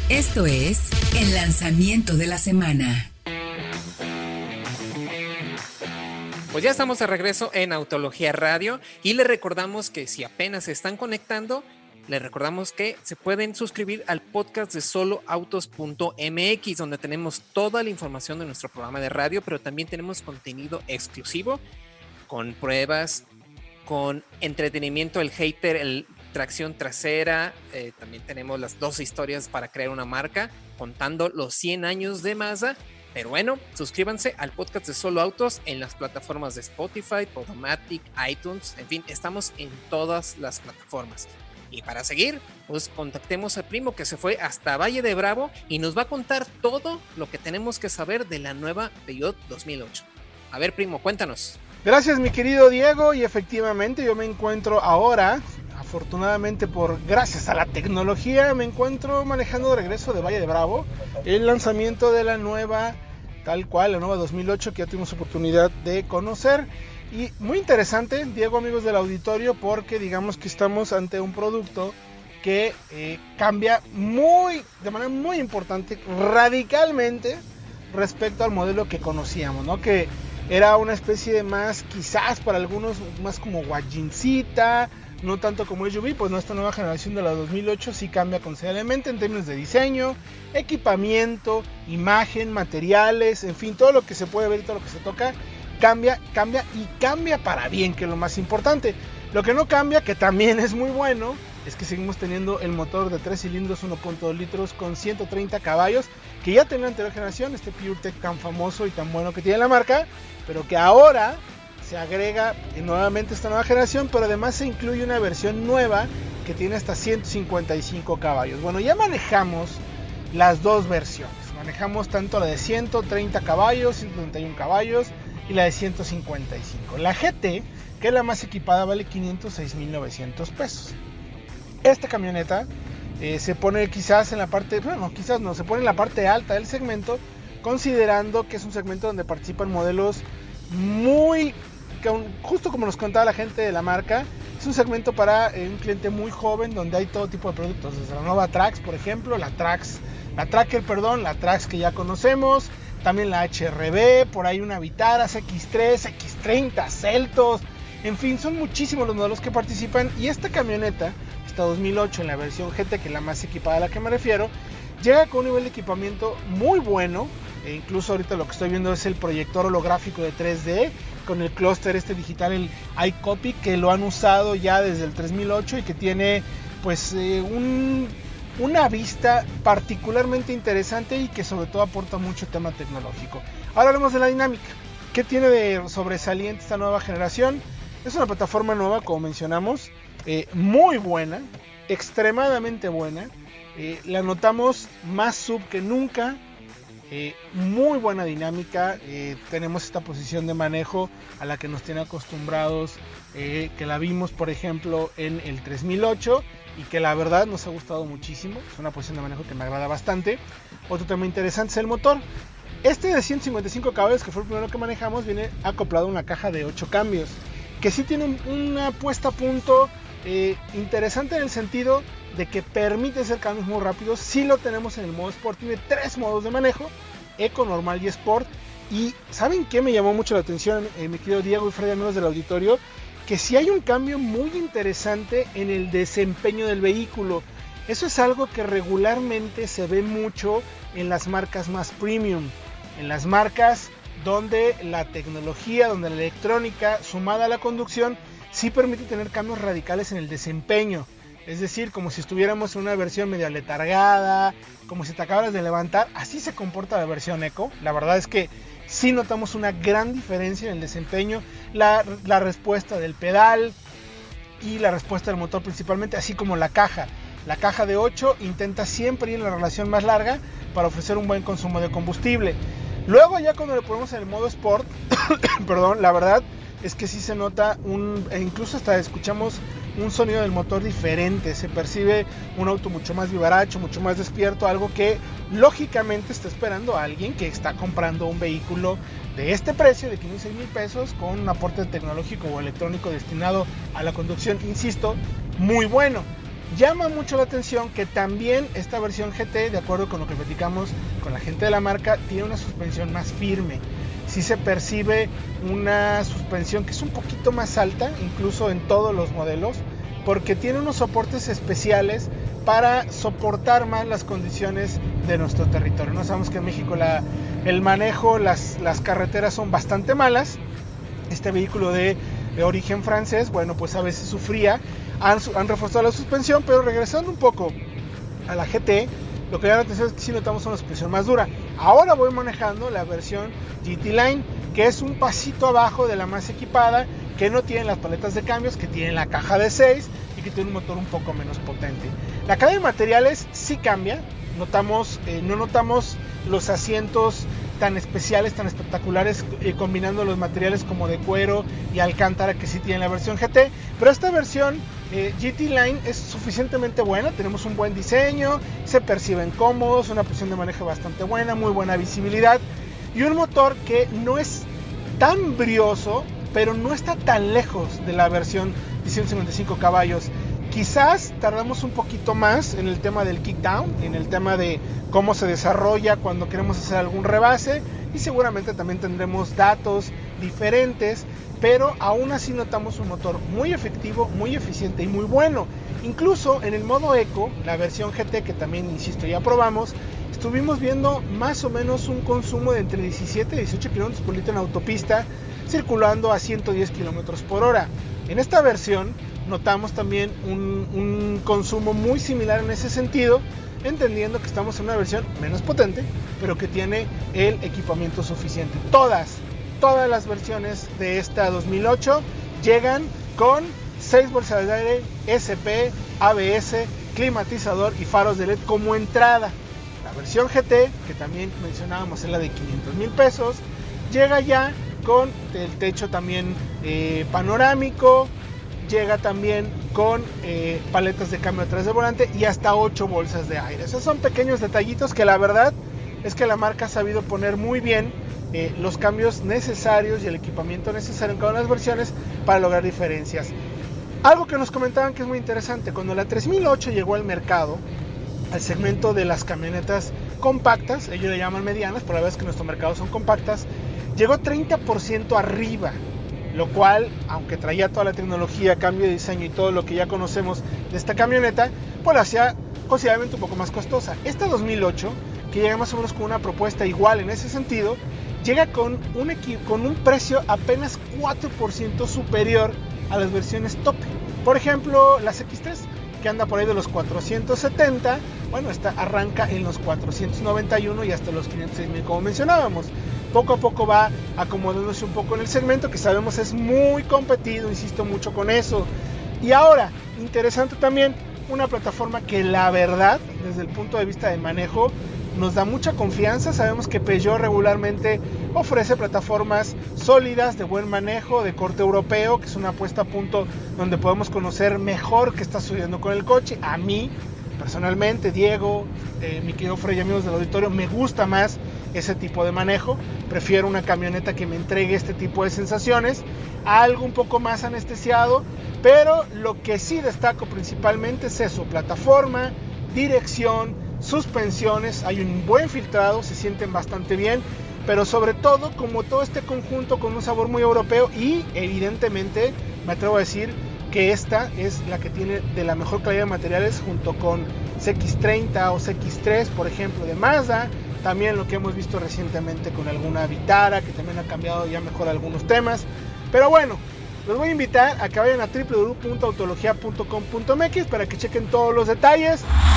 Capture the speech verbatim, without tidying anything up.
Esto es el lanzamiento de la semana. Pues ya estamos de regreso en Autología Radio y les recordamos que si apenas se están conectando, les recordamos que se pueden suscribir al podcast de solo autos punto m x, donde tenemos toda la información de nuestro programa de radio, pero también tenemos contenido exclusivo con pruebas, con entretenimiento, el hater, el tracción trasera, eh, también tenemos las dos historias para crear una marca, contando los cien años de Mazda. Pero bueno, suscríbanse al podcast de Solo Autos en las plataformas de Spotify, Podomatic, iTunes, en fin, estamos en todas las plataformas. Y para seguir, pues contactemos al primo que se fue hasta Valle de Bravo y nos va a contar todo lo que tenemos que saber de la nueva Peugeot dos mil ocho. A ver, primo, cuéntanos. Gracias, mi querido Diego, y efectivamente yo me encuentro ahora, afortunadamente por gracias a la tecnología, me encuentro manejando de regreso de Valle de Bravo el lanzamiento de la nueva, tal cual, la nueva dos mil ocho que ya tuvimos oportunidad de conocer. Y muy interesante, Diego, amigos del auditorio, porque digamos que estamos ante un producto que eh, cambia muy, de manera muy importante, radicalmente respecto al modelo que conocíamos, ¿no? Que era una especie de más, quizás para algunos, más como guayincita, no tanto como S U V. Pues no, esta nueva generación de la dos mil ocho sí cambia considerablemente en términos de diseño, equipamiento, imagen, materiales, en fin, todo lo que se puede ver y todo lo que se toca, cambia, cambia y cambia para bien, que es lo más importante. Lo que no cambia, que también es muy bueno, es que seguimos teniendo el motor de tres cilindros, uno punto dos litros con ciento treinta caballos, que ya tenía la anterior generación, este PureTech tan famoso y tan bueno que tiene la marca, pero que ahora se agrega nuevamente esta nueva generación, pero además se incluye una versión nueva que tiene hasta ciento cincuenta y cinco caballos. Bueno, ya manejamos las dos versiones, manejamos tanto la de ciento treinta caballos, ciento treinta y uno caballos y la de ciento cincuenta y cinco. La G T, que es la más equipada, vale quinientos seis mil novecientos pesos. Esta camioneta eh, se pone quizás en la parte, bueno, quizás no, se pone en la parte alta del segmento, considerando que es un segmento donde participan modelos muy, justo como nos contaba la gente de la marca, es un segmento para eh, un cliente muy joven, donde hay todo tipo de productos, desde la nueva Trax, por ejemplo, la Trax, la Tracker, perdón, la Trax que ya conocemos, también la H R V, por ahí una Vitara, X tres, X treinta, Celtos, en fin, son muchísimos los modelos que participan. Y esta camioneta, esta dos mil ocho en la versión G T, que es la más equipada a la que me refiero, llega con un nivel de equipamiento muy bueno. E incluso ahorita lo que estoy viendo es el proyector holográfico de tres D con el clúster este digital, el iCopy, que lo han usado ya desde el tres mil ocho y que tiene pues eh, un, una vista particularmente interesante y que sobre todo aporta mucho tema tecnológico. Ahora hablemos de la dinámica. ¿Qué tiene de sobresaliente esta nueva generación? Es una plataforma nueva, como mencionamos, eh, muy buena, extremadamente buena. Eh, la notamos más sub que nunca. Eh, muy buena dinámica, eh, tenemos esta posición de manejo a la que nos tiene acostumbrados, eh, que la vimos por ejemplo en el tres mil ocho y que la verdad nos ha gustado muchísimo. Es una posición de manejo que me agrada bastante. Otro tema interesante es el motor. Este de ciento cincuenta y cinco caballos, que fue el primero que manejamos, viene acoplado a una caja de ocho cambios, que sí tiene una puesta a punto eh, interesante en el sentido de que permite hacer cambios muy rápidos. Sí lo tenemos en el modo Sport, tiene tres modos de manejo, Eco, Normal y Sport. Y ¿saben qué me llamó mucho la atención, eh, mi querido Diego y Freddy, amigos del auditorio? Que sí hay un cambio muy interesante en el desempeño del vehículo. Eso es algo que regularmente se ve mucho en las marcas más premium, en las marcas donde la tecnología, donde la electrónica sumada a la conducción sí permite tener cambios radicales en el desempeño. Es decir, como si estuviéramos en una versión medio letargada, como si te acabas de levantar. Así se comporta la versión Eco. La verdad es que sí notamos una gran diferencia en el desempeño, la, la respuesta del pedal y la respuesta del motor principalmente, así como la caja. La caja de ocho intenta siempre ir en la relación más larga para ofrecer un buen consumo de combustible. Luego ya cuando le ponemos en el modo Sport, perdón, la verdad es que sí se nota un, e incluso hasta escuchamos un sonido del motor diferente, se percibe un auto mucho más vivaracho, mucho más despierto, algo que lógicamente está esperando a alguien que está comprando un vehículo de este precio, de quince mil pesos, con un aporte tecnológico o electrónico destinado a la conducción, insisto, muy bueno. Llama mucho la atención que también esta versión G T, de acuerdo con lo que platicamos con la gente de la marca, tiene una suspensión más firme. Sí se percibe una suspensión que es un poquito más alta, incluso en todos los modelos, porque tiene unos soportes especiales para soportar más las condiciones de nuestro territorio. No sabemos que en México la, el manejo, las, las carreteras son bastante malas. Este vehículo de, de origen francés, bueno, pues a veces sufría. Han, han reforzado la suspensión, pero regresando un poco a la G T, lo que llama la atención es que sí notamos una suspensión más dura. Ahora voy manejando la versión G T Line, que es un pasito abajo de la más equipada, que no tiene las paletas de cambios, que tiene la caja de seis y que tiene un motor un poco menos potente. La calidad de materiales sí cambia, notamos, eh, no notamos los asientos tan especiales, tan espectaculares, eh, combinando los materiales como de cuero y alcántara que sí tiene la versión G T, pero esta versión eh, G T Line es suficientemente buena. Tenemos un buen diseño, se perciben cómodos, una posición de manejo bastante buena, muy buena visibilidad y un motor que no es tan brioso, pero no está tan lejos de la versión de ciento cincuenta y cinco caballos. Quizás tardamos un poquito más en el tema del kickdown, en el tema de cómo se desarrolla cuando queremos hacer algún rebase, y seguramente también tendremos datos diferentes, pero aún así notamos un motor muy efectivo, muy eficiente y muy bueno. Incluso en el modo Eco, la versión G T, que también, insisto, ya probamos, estuvimos viendo más o menos un consumo de entre diecisiete y dieciocho kilómetros por litro en autopista, circulando a ciento diez kilómetros por hora. En esta versión notamos también un, un consumo muy similar en ese sentido, entendiendo que estamos en una versión menos potente, pero que tiene el equipamiento suficiente. Todas, todas las versiones de esta dos mil ocho llegan con seis bolsas de aire, S P, A B S, climatizador y faros de L E D como entrada. La versión G T, que también mencionábamos, es la de quinientos mil pesos, llega ya con el techo también eh, panorámico, llega también con eh, paletas de cambio atrás del volante y hasta ocho bolsas de aire. Esos son pequeños detallitos que la verdad es que la marca ha sabido poner muy bien eh, los cambios necesarios y el equipamiento necesario en cada una de las versiones para lograr diferencias. Algo que nos comentaban que es muy interesante, cuando la tres mil ocho llegó al mercado, al segmento de las camionetas compactas, ellos le llaman medianas, pero la verdad es que en nuestro mercado son compactas, llegó treinta por ciento arriba, lo cual, aunque traía toda la tecnología, cambio de diseño y todo lo que ya conocemos de esta camioneta, pues la hacía considerablemente un poco más costosa. Esta dos mil ocho, que llega más o menos con una propuesta igual en ese sentido, llega con un, con un precio apenas cuatro por ciento superior a las versiones top. Por ejemplo, las X tres, que anda por ahí de los cuatrocientos setenta, bueno, esta arranca en los cuatrocientos noventa y uno y hasta los quinientos seis mil, como mencionábamos. Poco a poco va acomodándose un poco en el segmento, que sabemos es muy competido, insisto mucho con eso. Y ahora, interesante también, una plataforma que la verdad, desde el punto de vista de manejo, nos da mucha confianza. Sabemos que Peugeot regularmente ofrece plataformas sólidas, de buen manejo, de corte europeo, que es una puesta a punto donde podemos conocer mejor qué está sucediendo con el coche. A mí, personalmente, Diego, eh, mi querido Frey y amigos del auditorio, me gusta más ese tipo de manejo. Prefiero una camioneta que me entregue este tipo de sensaciones, algo un poco más anestesiado, pero lo que sí destaco principalmente es eso: plataforma, dirección, suspensiones, hay un buen filtrado, se sienten bastante bien, pero sobre todo como todo este conjunto con un sabor muy europeo, y evidentemente me atrevo a decir que esta es la que tiene de la mejor calidad de materiales, junto con C X treinta o C X tres, por ejemplo, de Mazda. También lo que hemos visto recientemente con alguna Vitara, que también ha cambiado ya mejor algunos temas. Pero bueno, los voy a invitar a que vayan a w w w punto autologia punto com punto m x para que chequen todos los detalles.